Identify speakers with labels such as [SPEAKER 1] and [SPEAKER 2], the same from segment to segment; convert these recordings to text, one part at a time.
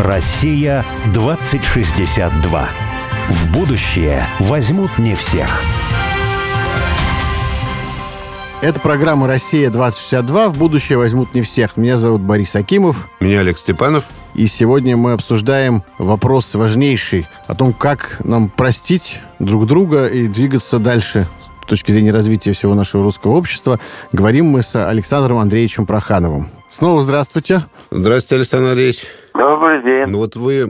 [SPEAKER 1] Россия 2062. В будущее возьмут не всех.
[SPEAKER 2] Это программа «Россия-2062». В будущее возьмут не всех. Меня зовут Борис Акимов.
[SPEAKER 3] Меня Олег Степанов.
[SPEAKER 2] И сегодня мы обсуждаем вопрос важнейший о том, как нам простить друг друга и двигаться дальше с точки зрения развития всего нашего русского общества. Говорим мы с Александром Андреевичем Прохановым. Снова здравствуйте.
[SPEAKER 3] Здравствуйте, Александр Андреевич.
[SPEAKER 4] Добрый день.
[SPEAKER 3] Ну вот вы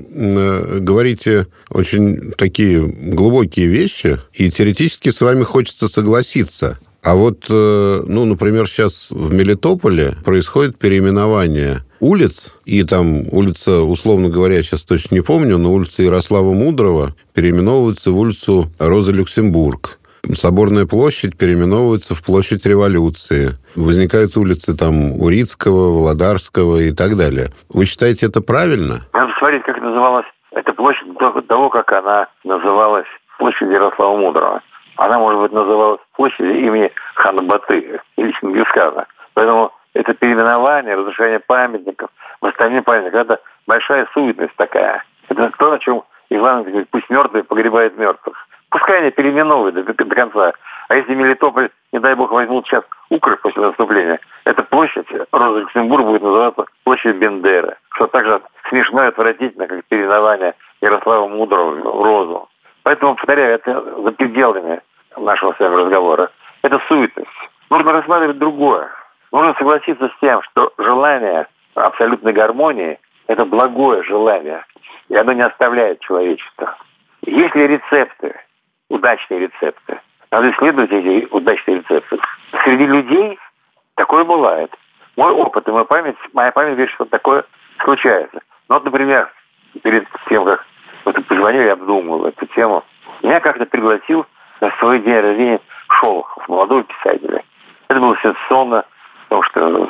[SPEAKER 3] говорите очень такие глубокие вещи, и теоретически с вами хочется согласиться. А вот, например, сейчас в Мелитополе происходит переименование улиц, и там улица, условно говоря, я сейчас точно не помню, но улица Ярослава Мудрого переименовывается в улицу Розы Люксембург. Соборная площадь переименовывается в площадь Революции. Возникают улицы там Урицкого, Володарского и так далее. Вы считаете это правильно?
[SPEAKER 4] Надо смотреть, как называлась эта площадь до того, как она называлась площадь Ярослава Мудрого. Она, может быть, называлась площадью имени хана Батыя или Чингисхана. Поэтому это переименование, разрушение памятников, восстановление памятников, это большая суетность такая. Это то, о чем Иван говорит, пусть мертвые погребают мертвых. Пускай они переименовывают до конца. А если Мелитополь, не дай бог, возьмут сейчас Укры после наступления, эта площадь Роза Люксембург будет называться площадь Бендеры. Что так же смешно и отвратительно, как переименование Ярослава Мудрого в Розу. Поэтому, повторяю, это за пределами нашего с вами разговора. Это суетность. Нужно рассматривать другое. Нужно согласиться с тем, что желание абсолютной гармонии – это благое желание, и оно не оставляет человечество. Есть ли рецепты, удачные рецепты? Надо исследовать эти удачные рецепты. Среди людей такое бывает. Мой опыт и моя память говорит, что такое случается. Ну, вот, например, перед тем, как позвонил, я обдумывал эту тему. Меня как-то пригласил на свой день рождения Шолохов, молодого писателя. Это было сенсационно, потому что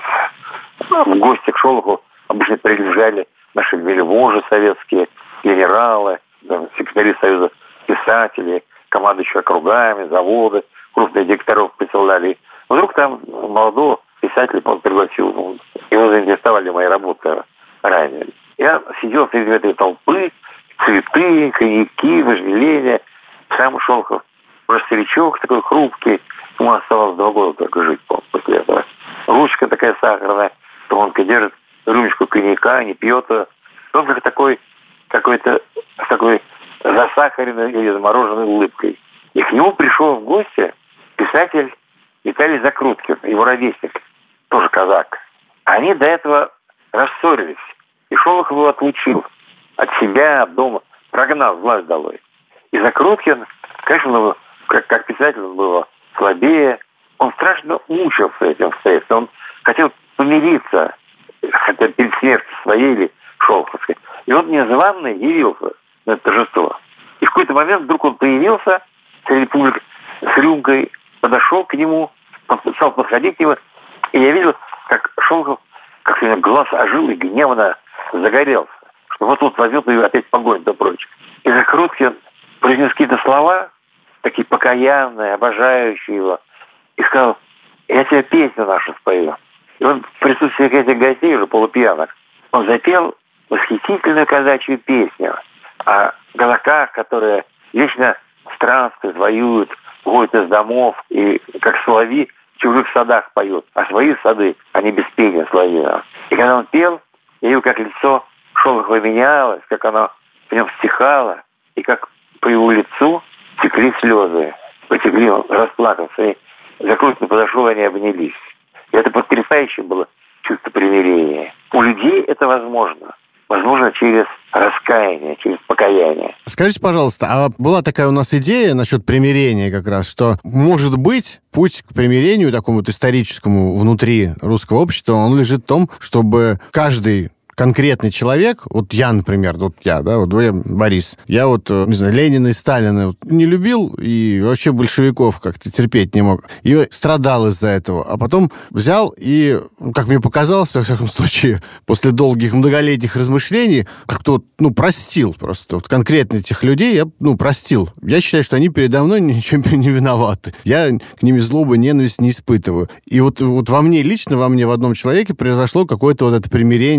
[SPEAKER 4] в гости к Шолохову обычно приезжали наши вельможи советские, генералы, секретари Союза писателей, командующие округами, заводы, крупных директоров присылали. Вдруг там молодого писателя он пригласил. Его заинтересовали мои работы ранее. Я сидел среди этой толпы, цветы, коньяки, вожделения. Сам Шолохов, просто старичок такой хрупкий. Ему оставалось 2 года только жить после этого. Ручка такая сахарная, тонкая, держит рюмочку коньяка, не пьет. Он как такой, какой-то с такой засахаренной или замороженной улыбкой. И к нему пришел в гости писатель Виталий Закруткин, его ровесник, тоже казак. Они до этого рассорились. И Шолохов его отлучил от себя, от дома, прогнал власть долой. И Закруткин, конечно, как писатель он был слабее. Он страшно мучился этим обстоятельством. Он хотел помириться, хотя перед смертью своей или Шолоховской. И он незваный явился на это торжество. И в какой-то момент вдруг он появился среди публики с рюмкой, подошел к нему, стал подходить к нему. И я видел, как Шолохов, как у него глаз ожил и гневно загорелся. Что вот возьмет и опять погонит да прочее. И Закруткин произнес какие-то слова, такие покаянные, обожающие его, и сказал: я тебе песню нашу спою. И он в присутствии этих гостей, уже полупьяных, он запел восхитительную казачью песню о казаках, которые вечно странствуют, воюют, выходят из домов и как соловьи в чужих садах поют, а свои сады они без пения соловьиного. И когда он пел, я видел, как лицо Шолохова менялось, как оно в нем стихало, и как по его лицу текли слезы. Потекли, он расплакался. И Закруткин подошел, и они обнялись. И это потрясающее было чувство примирения. У людей это возможно. Возможно, через раскаяние, через покаяние.
[SPEAKER 2] Скажите, пожалуйста, а была такая у нас идея насчет примирения как раз, что, может быть, путь к примирению такому вот историческому внутри русского общества, он лежит в том, чтобы каждый конкретный человек, вот я, например, вот я, Борис, я не знаю, Ленина и Сталина не любил и вообще большевиков как-то терпеть не мог. И страдал из-за этого. А потом взял и, как мне показалось, во всяком случае, после долгих многолетних размышлений, как-то простил просто. Вот конкретно этих людей я, простил. Я считаю, что они передо мной ничем не виноваты. Я к ним злобы, ненависть не испытываю. И вот во мне лично, в одном человеке произошло какое-то вот это примирение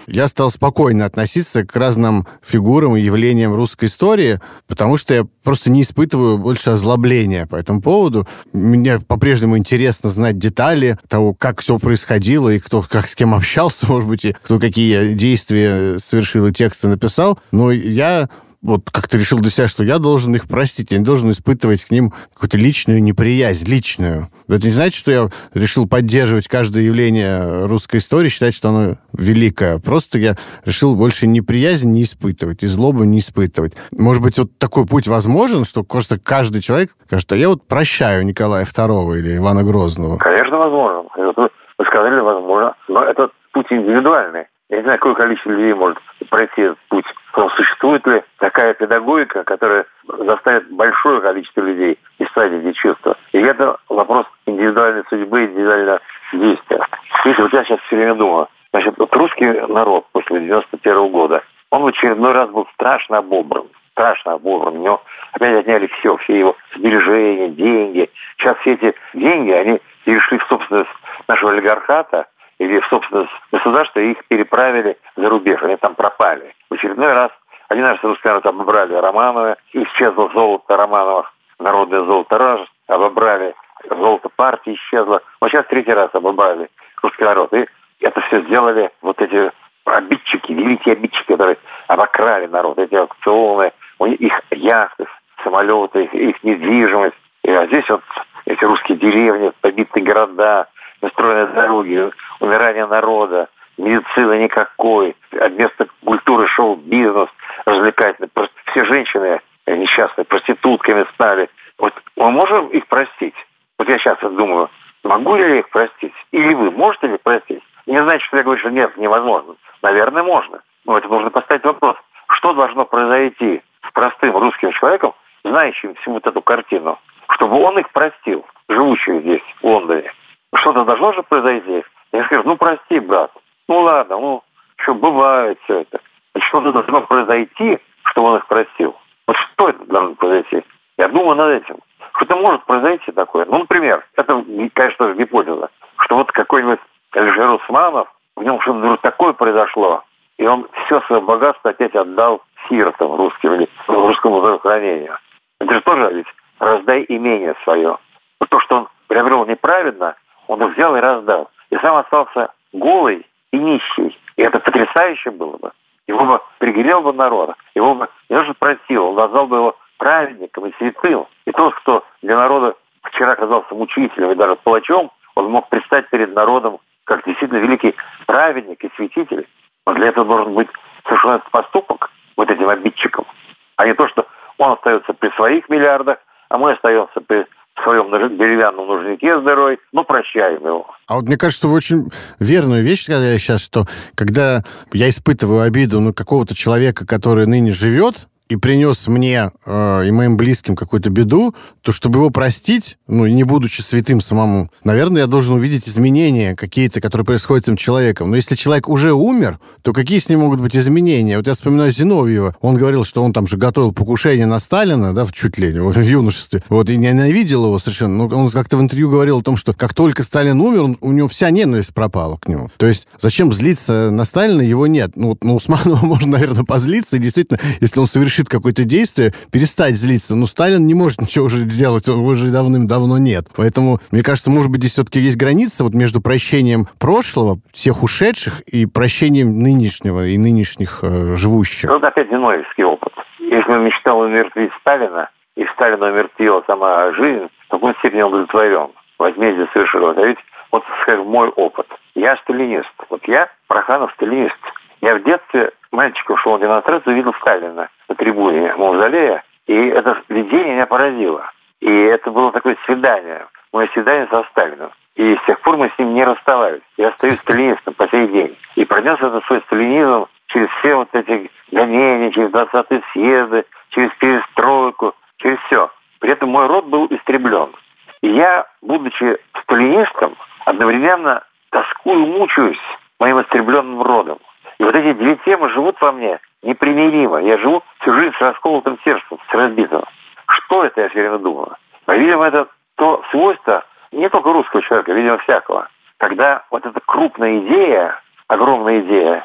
[SPEAKER 2] я стал спокойно относиться к разным фигурам и явлениям русской истории, потому что я просто не испытываю больше озлобления по этому поводу. Мне по-прежнему интересно знать детали того, как все происходило, и кто как с кем общался, может быть, и кто какие действия совершил и тексты написал. Но я вот как-то решил для себя, что я должен их простить, я не должен испытывать к ним какую-то личную неприязнь, личную. Это не значит, что я решил поддерживать каждое явление русской истории, считать, что оно великое. Просто я решил больше неприязнь не испытывать и злобу не испытывать. Может быть, вот такой путь возможен, что просто каждый человек скажет, а я вот прощаю Николая II или Ивана Грозного.
[SPEAKER 4] Конечно, возможно. Вы сказали, возможно. Но этот путь индивидуальный. Я не знаю, какое количество людей может пройти этот путь. Но существует ли такая педагогика, которая заставит большое количество людей исправить эти чувства? И это вопрос индивидуальной судьбы, индивидуального действия. Видите, вот я сейчас все время думаю. Значит, вот русский народ после 91 года, он в очередной раз был страшно обобран. Страшно обобран. У него опять отняли все его сбережения, деньги. Сейчас все эти деньги, они перешли в собственность нашего олигархата, или в собственность государства, и их переправили за рубеж. Они там пропали. В очередной раз один раз русский народ обобрали Романовы, исчезло золото Романовых, народное золото обобрали, золото партии исчезло. Вот сейчас третий раз обобрали русский народ. И это все сделали вот эти обидчики, великие обидчики, которые обокрали народ. Эти аукционы, их яхты, самолеты, их недвижимость. И здесь вот эти русские деревни, побитые города, устроенные дороги, умирание народа, медицины никакой, вместо культуры шоу-бизнес развлекательный. Все женщины несчастные проститутками стали. Вот мы можем их простить? Вот я сейчас думаю, могу ли я их простить? Или вы можете ли простить? Не значит, что я говорю, что нет, невозможно. Наверное, можно. Но это нужно поставить вопрос. Что должно произойти с простым русским человеком, знающим всю вот эту картину, чтобы он их простил, живущих здесь, в Лондоне? Что-то должно же произойти. Я скажу, прости, брат. Ладно, что бывает все это. Что-то должно произойти, чтобы он их простил. Вот что это должно произойти? Я думаю над этим. Что-то может произойти такое. Например, это, конечно, гипотеза, что вот какой-нибудь Алишер Усманов, в нем что-то вдруг такое произошло, и он все свое богатство опять отдал сиротам русским или русскому здравоохранению. Это же тоже ведь раздай имение свое. Вот то, что он приобрел неправильно, он их взял и раздал. И сам остался голый и нищий. И это потрясающе было бы. Его бы пригрел бы народ. Его бы не то что простил, он назвал бы его праведником и святым. И тот, кто для народа вчера оказался мучителем и даже палачом, он мог предстать перед народом как действительно великий праведник и святитель. Но для этого должен быть совершен поступок вот этим обидчикам. А не то, что он остается при своих миллиардах, а мы остаемся при в своем деревянном нужнике с дырой, прощаем его.
[SPEAKER 2] А вот мне кажется, что вы очень верную вещь сказали сейчас, что когда я испытываю обиду на какого-то человека, который ныне живет, и принес мне и моим близким какую-то беду, то чтобы его простить, не будучи святым самому, наверное, я должен увидеть изменения какие-то, которые происходят с этим человеком. Но если человек уже умер, то какие с ним могут быть изменения? Вот я вспоминаю Зиновьева. Он говорил, что он там же готовил покушение на Сталина, чуть ли, в юношестве, и ненавидел его совершенно. Но он как-то в интервью говорил о том, что как только Сталин умер, у него вся ненависть пропала к нему. То есть зачем злиться на Сталина? Его нет. На Усманова можно, наверное, позлиться, и действительно, если он совершит какое-то действие, перестать злиться. Но Сталин не может ничего уже сделать, его уже давным-давно нет. Поэтому, мне кажется, может быть, здесь все-таки есть граница между прощением прошлого, всех ушедших, и прощением нынешнего и нынешних живущих.
[SPEAKER 4] Вот опять Зиновьевский опыт. Если он мечтал умертвить Сталина, и Сталина умертвила сама жизнь, в какой степени он удовлетворен. Возмездие совершил. Это ведь, скажем, мой опыт. Я сталинист. Я, Проханов, сталинист. Я в детстве мальчиком шел на демонстрацию, видел Сталина на трибуне Мавзолея, и это видение меня поразило. И это было такое свидание, мое свидание со Сталином. И с тех пор мы с ним не расставались. Я остаюсь сталинистом по сей день. И пронес этот свой сталинизм через все эти гонения, через 20-е съезды, через перестройку, через все. При этом мой род был истреблен. И я, будучи сталинистом, одновременно тоскую, мучаюсь моим истребленным родом. И вот эти две темы живут во мне непримиримо. Я живу всю жизнь с расколотым сердцем, с разбитым. Что это, я все время думаю? Видимо, это то свойство не только русского человека, видимо, всякого. Когда вот эта крупная идея, огромная идея,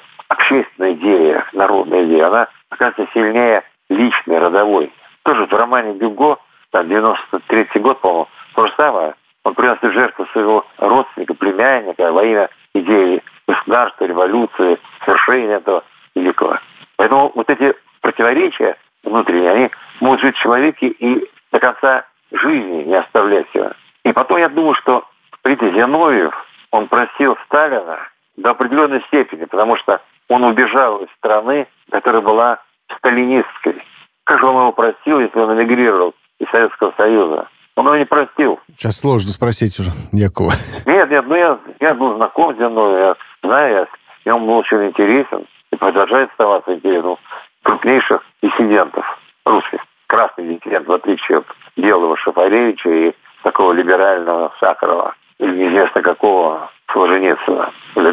[SPEAKER 4] общественная идея, народная идея, она оказывается сильнее личной, родовой. Тоже в романе Гюго, там, 93-й год, по-моему, то же самое. Он приносит жертву своего родственника, племянника во имя идеи государства, революции, совершения этого великого. Поэтому вот эти противоречия внутренние, они могут жить в человеке и до конца жизни не оставлять его. И потом я думаю, что Зиновьев, он просил Сталина до определенной степени, потому что он убежал из страны, которая была сталинистской. Как же он его простил, если он эмигрировал из Советского Союза? Он его не простил.
[SPEAKER 2] Сейчас сложно спросить уже Якова.
[SPEAKER 4] Нет, я был знаком с Зиновьевым, я знаю, и он был очень интересен и продолжает оставаться интересным. Крупнейших диссидентов русских. Красный диссидент, в отличие от белого Шафаревича и такого либерального Сахарова, или неизвестно какого Солженицына,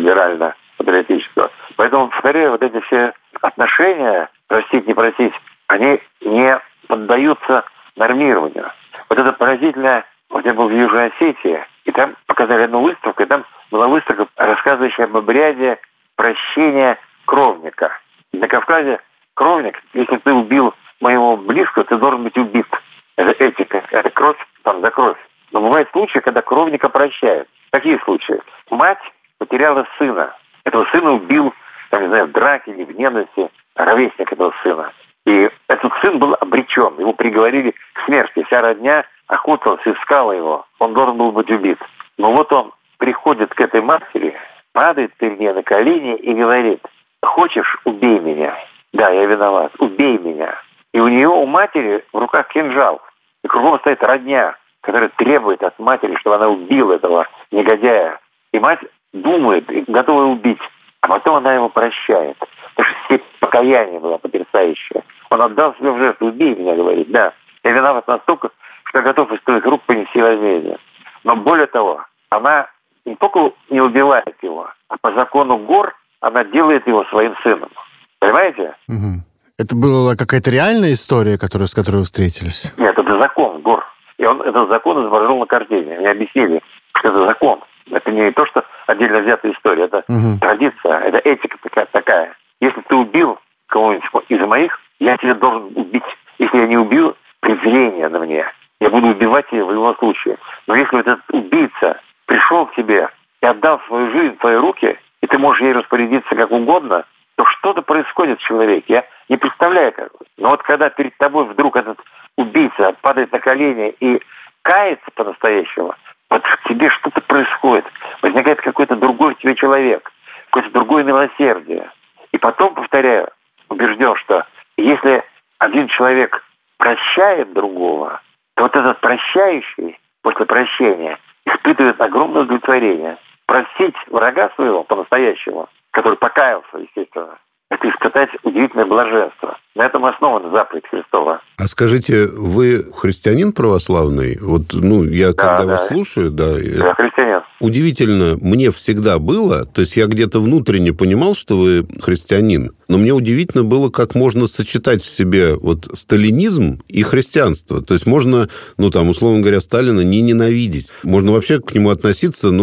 [SPEAKER 4] либерально-патриотического. Поэтому, повторяю, вот эти все отношения, простить, не простить, они не поддаются нормированию. Вот это поразительное, вот я был в Южной Осетии, и там показали одну выставку, и там была выставка, рассказывающая об обряде прощения кровника. На Кавказе кровник, если ты убил моего близкого, ты должен быть убит. Это этика, это кровь там за кровь. Но бывают случаи, когда кровника прощают. Какие случаи? Мать потеряла сына. Этого сына убил, там, не знаю, в драке или в ненависти ровесник этого сына. И этот сын был обречен. Его приговорили к смерти. Вся родня охотилась, искала его. Он должен был быть убит. Но вот он приходит к этой матери, падает перед ней на колени и говорит: «Хочешь, убей меня?» «Да, я виноват. Убей меня». И у нее, у матери, в руках кинжал. И кругом стоит родня, которая требует от матери, чтобы она убила этого негодяя. И мать думает, и готова убить. А потом она его прощает. Потому что степень покаяния была потрясающая. Он отдал себя в жертву. «Убей меня», говорит. «Да, я виноват настолько, что я готов из твоих рук понести возмездие». Но более того, она не только не убивает его, а по закону гор она делает его своим сыном. Понимаете?
[SPEAKER 2] Угу. Это была какая-то реальная история, с которой вы встретились?
[SPEAKER 4] Нет, это закон гор. И он этот закон изображал на картине. Мне объяснили, что это закон. Это не то, что отдельно взятая история. Это традиция, это этика такая. Если ты убил кого-нибудь из моих, я тебя должен убить. Если я не убил, презрение на мне. Я буду убивать тебя в любом случае. Но если вот этот убийца пришел к тебе и отдал свою жизнь в твои руки, и ты можешь ей распорядиться как угодно, то что-то происходит в человеке. Я не представляю, как. Но вот когда перед тобой вдруг этот убийца падает на колени и кается по-настоящему, вот в тебе что-то происходит. Возникает какой-то другой в тебе человек, какое-то другое милосердие. И потом, повторяю, убежден, что если один человек прощает другого, то вот этот прощающий после прощения испытывает огромное удовлетворение. Простить врага своего по-настоящему, который покаялся, естественно, это испытать удивительное блаженство. На этом основана заповедь Христова.
[SPEAKER 3] А скажите, вы христианин православный? Вот, я когда вас слушаю,
[SPEAKER 4] Я христианин.
[SPEAKER 3] Удивительно, мне всегда было, то есть я где-то внутренне понимал, что вы христианин, но мне удивительно было, как можно сочетать в себе вот сталинизм и христианство. То есть можно, условно говоря, Сталина не ненавидеть. Можно вообще к нему относиться,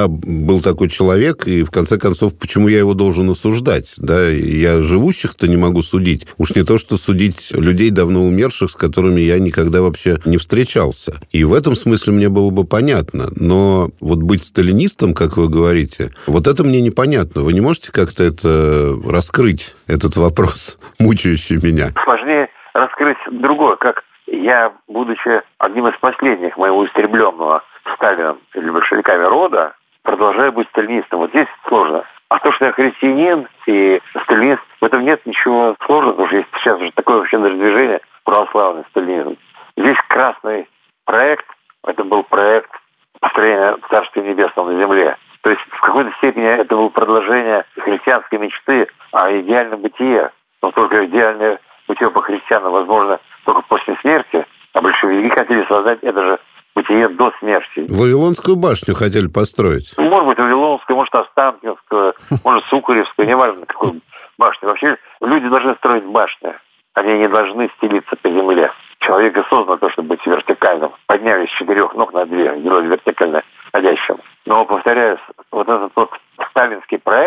[SPEAKER 3] был такой человек, и в конце концов, почему я его должен осуждать? Да, я живущих-то не могу судить. Уж не то, что судить людей, давно умерших, с которыми я никогда вообще не встречался. И в этом смысле мне было бы понятно. Но вот быть сталинистом, как вы говорите, вот это мне непонятно. Вы не можете как-то это раскрыть, этот вопрос, мучающий меня?
[SPEAKER 4] Сложнее раскрыть другое, как я, будучи одним из последних моего истребленного Сталином или большевиками рода, продолжаю быть сталинистом. Вот здесь сложно. А то, что я христианин и сталинист, в этом нет ничего сложного, потому что есть сейчас уже такое вообще даже движение православный сталинизм. Здесь красный проект, это был проект построения Царствия Небесного на земле. То есть в какой-то степени это было продолжение христианской мечты о идеальном бытие. Но только идеальное бытие по христианам возможно только после смерти, а большевики хотели создать это же бытие до смерти.
[SPEAKER 3] Вавилонскую башню хотели построить.
[SPEAKER 4] Может быть, Вавилонскую, может, Останкинскую, может, Сукаревскую, неважно, какую башню. Вообще, люди должны строить башни. Они не должны стелиться по земле. Человек и создан то, чтобы быть вертикальным. Поднялись с 4 ног на 2, делать вертикально ходящим. Но, повторяю, вот этот вот сталинский проект,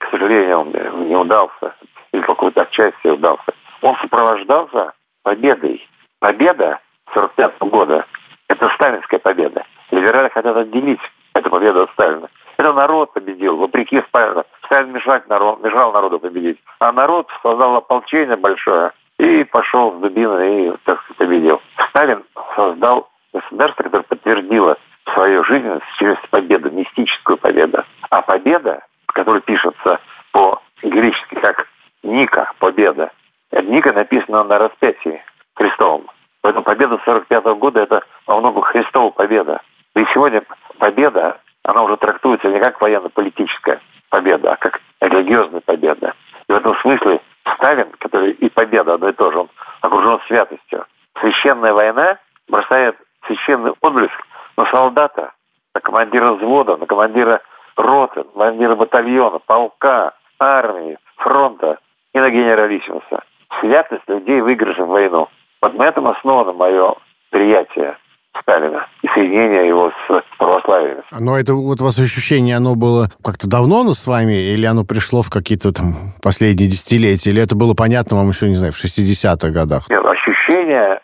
[SPEAKER 4] к сожалению, он не удался, или какой-то отчасти удался, он сопровождался победой. Победа 1945 года – это сталинская победа. Либералы хотят отделить эту победу от Сталина. Это народ победил, вопреки Сталину. Сталин мешал народу победить. А народ создал ополчение большое и пошел с дубиной и, так сказать, победил. Сталин создал государство, которое подтвердило свою жизненность через победу, мистическую победу. А победа, которая пишется по-гречески как «Ника», победа, Ника написана на распятии Христовом. Поэтому победа 1945 года – это во многом Христова победа. И сегодня победа, она уже трактуется не как военно-политическая победа, а как религиозная победа. И в этом смысле Сталин, который и победа одно и то же, он окружен святостью. Священная война бросает священный отблеск на солдата, на командира взвода, на командира роты, на командира батальона, полка, армии, фронта и на генералиссимуса. Святость людей, выигравших войну. Вот на этом основано мое приятие Сталина и соединение его с православием.
[SPEAKER 2] Но это вот у вас ощущение, оно было как-то давно с вами, или оно пришло в какие-то там последние десятилетия, или это было понятно вам еще, не знаю, в 60-х годах?
[SPEAKER 4] Нет, ощущение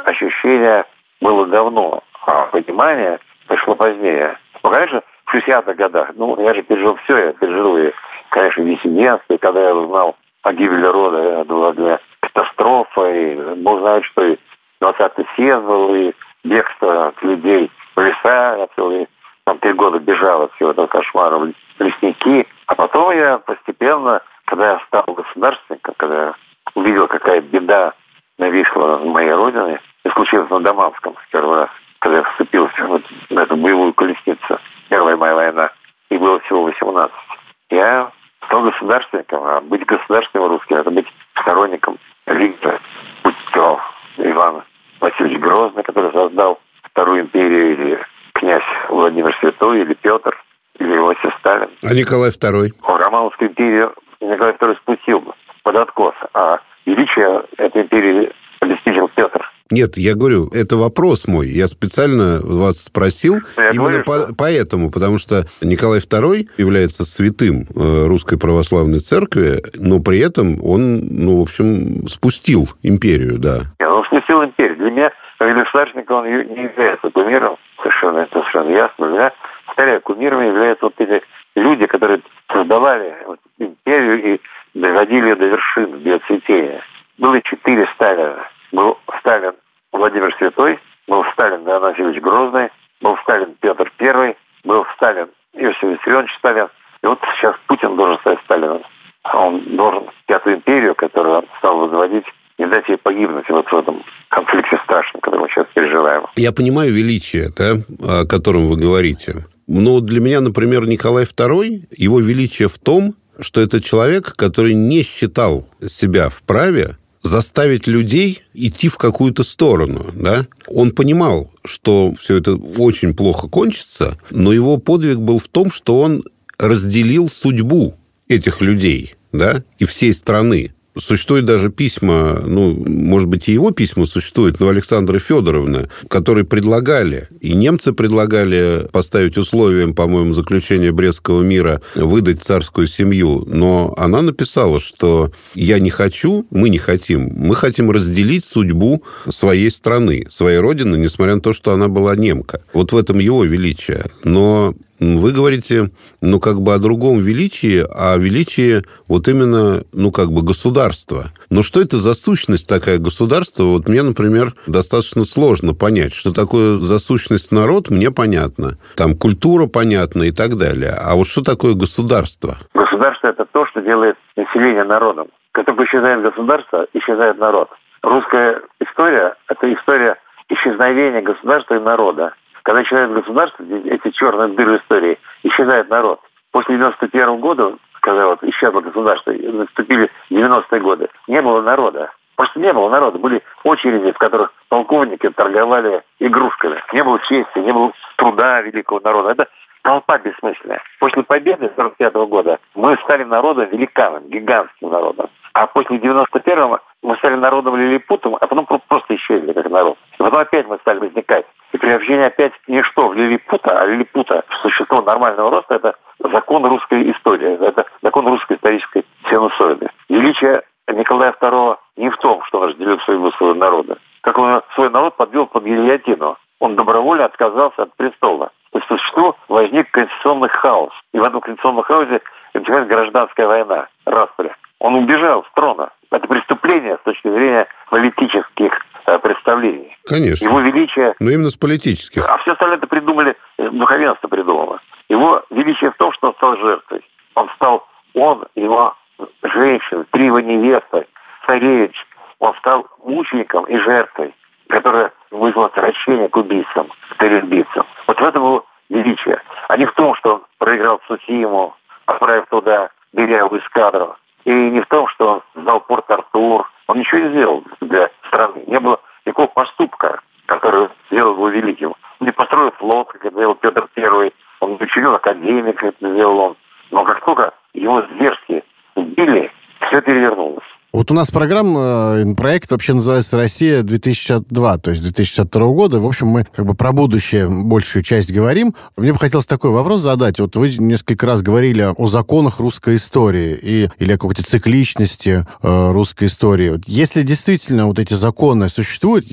[SPEAKER 4] было давно, а понимание пришло позднее. Ну, конечно, в 60-х годах, я же пережил все, я пережил и, конечно, диссидентство, и когда я узнал о гибели рода, это была для катастрофа, и Бог знает, что и 20-й съезд был, и бегство от людей в леса, я целые 3 года бежал от всего этого кошмара в лесники. А потом я постепенно, когда я стал государственником, когда я увидел, какая беда нависла на моей родине, и случилось на Даманском в первый раз, когда я вступился в эту боевую колесницу, Первая моя война, и было всего 18. Я стал государственником, а быть государственным русским – это быть сторонником Виктора, будь то Иван Васильевич Грозный, который создал Вторую империю, или князь Владимир Святой, или Петр, или Иосиф Сталин.
[SPEAKER 3] А Николай II?
[SPEAKER 4] Романовскую империю Николай II спустил под откос, а величие этой империи обеспечил Петр.
[SPEAKER 3] Нет, я говорю, это вопрос мой. Я специально вас спросил именно поэтому, потому что Николай II является святым Русской Православной Церкви, но при этом он, в общем, спустил империю, да.
[SPEAKER 4] Нет, он спустил империю. Для меня, как государственника, он не является кумиром, это совершенно ясно. Для меня, скорее, кумирами являются вот эти люди, которые создавали империю и доводили ее до вершин, до цветения. Было 4 Сталина. Был Сталин Владимир Святой, был Сталин Иван Васильевич Грозный, был Сталин Петр I, был Сталин Иосиф Виссарионович Сталин. И вот сейчас Путин должен стать Сталином. Он должен Пятую империю, которую он стал возводить, не дать ей погибнуть вот в этом конфликте страшном, который мы сейчас переживаем.
[SPEAKER 3] Я понимаю величие, да, о котором вы говорите. Но для меня, например, Николай II, его величие в том, что это человек, который не считал себя вправе заставить людей идти в какую-то сторону, да? Он понимал, что все это очень плохо кончится, но его подвиг был в том, что он разделил судьбу этих людей, да, и всей страны. Существуют даже письма, может быть, и его письма существуют, но Александры Федоровны, которые предлагали, и немцы предлагали поставить условием, по-моему, заключения Брестского мира, выдать царскую семью. Но она написала, что я не хочу, мы не хотим, мы хотим разделить судьбу своей страны, своей родины, несмотря на то, что она была немка. Вот в этом его величие. Но вы говорите, о другом величии, о величии вот именно, государства. Но что это за сущность такая государства? Вот мне, например, достаточно сложно понять, что такое за сущность народ, мне понятно. Там культура понятна и так далее. А вот что такое государство?
[SPEAKER 4] Государство – это то, что делает население народом. Как только исчезает государство, исчезает народ. Русская история – это история исчезновения государства и народа. Когда исчезает государство, эти черные дыры истории, исчезает народ. После 91 года, когда исчезло государство, наступили 90-е годы, не было народа. Просто не было народа. Были очереди, в которых полковники торговали игрушками. Не было чести, не было труда великого народа. Это толпа бессмысленная. После победы 1945 года мы стали народом великаном, гигантским народом. А после 91-го мы стали народом лилипутом, а потом просто исчезли как народ. И потом опять мы стали возникать. И превращение опять не что в лилипута, а лилипута, существо нормального роста, это закон русской истории. Это закон закон русской исторической синусоиды. Величие Николая II не в том, что он разделил судьбу своего народа. Как он свой народ подвел под гильотину. Он добровольно отказался от престола. То есть, что возник конституционный хаос. И в этом конституционном хаосе началась гражданская война, распря. Он убежал с трона. Это преступление с точки зрения политических представлений.
[SPEAKER 3] Конечно.
[SPEAKER 4] Его величие...
[SPEAKER 3] Но именно с политических.
[SPEAKER 4] А все остальное это придумали, духовенство придумало. Его величие в том, что он стал жертвой. Он, его женщина, 3 его невесты, царевич, он стал мучеником и жертвой, которая вызвала отвращение к убийцам, к террористам. Вот в этом его величие. А не в том, что он проиграл Цусиму, отправив туда дырявую эскадру. И не в том, что он сдал Порт-Артур. Он ничего не сделал для страны. Не было никакого поступка, который сделал его великим. Он не построил флот, как это сделал Петр I. Он не учинил академик, как это сделал он. Но как только его зверски убили, все перевернулось.
[SPEAKER 2] Вот у нас проект вообще называется «Россия-2062», то есть 2062 года. В общем, мы как бы про будущее большую часть говорим. Мне бы хотелось такой вопрос задать. Вот вы несколько раз говорили о законах русской истории или о какой-то цикличности русской истории. Вот если действительно вот эти законы существуют,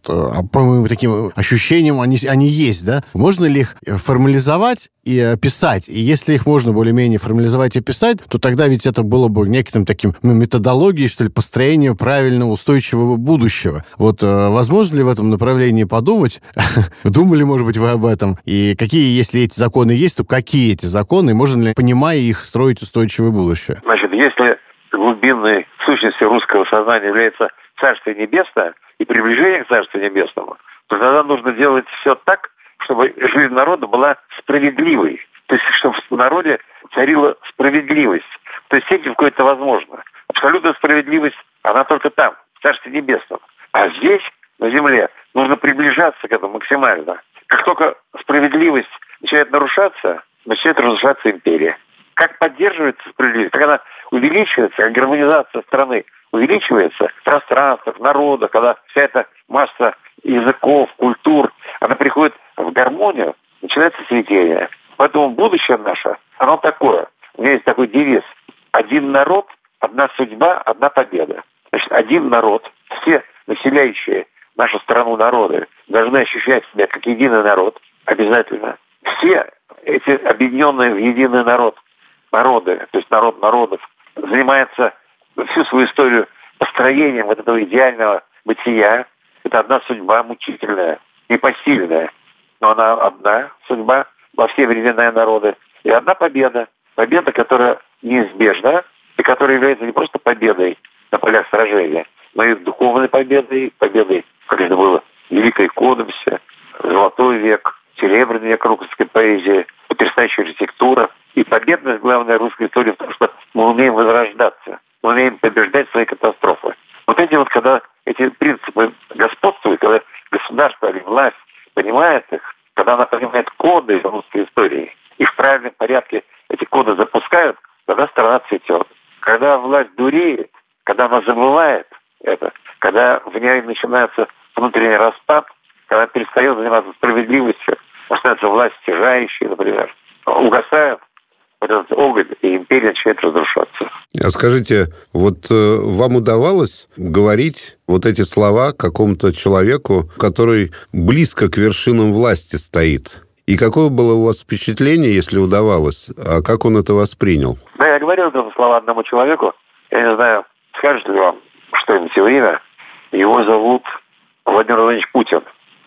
[SPEAKER 2] по моим таким ощущениям они есть, да? Можно ли их формализовать и описать? И если их можно более-менее формализовать и описать, то тогда ведь это было бы некоторым таким методологией, что ли, построения правильного, устойчивого будущего. Вот возможно ли в этом направлении подумать? Думали, может быть, вы об этом? И какие, если эти законы есть, то какие эти законы? И можно ли, понимая их, строить устойчивое будущее?
[SPEAKER 4] Значит, если глубинной сущностью русского сознания является Царство Небесное и приближение к Царству Небесному, то тогда нужно делать все так, чтобы жизнь народа была справедливой. То есть, чтобы в народе царила справедливость. То есть, этим какое-то возможно. Абсолютная справедливость, она только там, в Царстве Небесном. А здесь, на земле, нужно приближаться к этому максимально. Как только справедливость начинает нарушаться, начинает разрушаться империя. Как поддерживается справедливость? Как она увеличивается, как гармонизация страны увеличивается в пространствах, народах, когда вся эта масса языков, культур, она приходит в гармонию, начинается цветение. Поэтому будущее наше, оно такое. У меня есть такой девиз. Один народ, одна судьба, одна победа. Значит, один народ, все населяющие нашу страну народы должны ощущать себя как единый народ, обязательно. Все эти объединенные в единый народ народы, то есть народ народов, занимаются всю свою историю построением вот этого идеального бытия. Это одна судьба мучительная, непосильная, но она одна судьба во все времена народы. И одна победа. Победа, которая неизбежна, и которая является не просто победой на полях сражения, но и духовной победой, как это было в Великой Кодексе, Золотой век, Серебряный век русской поэзии, потрясающая архитектура. И победность, главная русской истории в том, что мы умеем возрождаться, мы умеем побеждать свои катастрофы. Вот эти вот, когда эти принципы господствуют, когда государство или власть понимает их, когда она понимает коды русской истории, и в правильном порядке эти коды запускают, тогда страна цветет. Когда власть дуреет, когда она забывает это, когда в ней начинается внутренний распад, когда перестает заниматься справедливостью, начинается власть стяжающая, например, угасает этот огонь, и империя начинает разрушаться.
[SPEAKER 3] А скажите, вот вам удавалось говорить вот эти слова какому-то человеку, который близко к вершинам власти стоит? И какое было у вас впечатление, если удавалось? А как он это воспринял?
[SPEAKER 4] Да, я говорил эти слова одному человеку. Я не знаю, скажет ли вам что-нибудь его имя. Его зовут Владимир Владимирович Путин.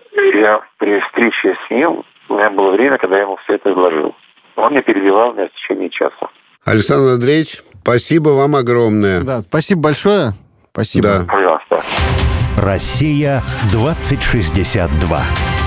[SPEAKER 4] Я при встрече с ним, у меня было время, когда я ему все это изложил. Он мне перебивал меня в течение часа.
[SPEAKER 3] Александр Андреевич, спасибо вам огромное.
[SPEAKER 2] Да, спасибо большое. Спасибо.
[SPEAKER 3] Да.
[SPEAKER 4] Пожалуйста.
[SPEAKER 1] Россия 2062.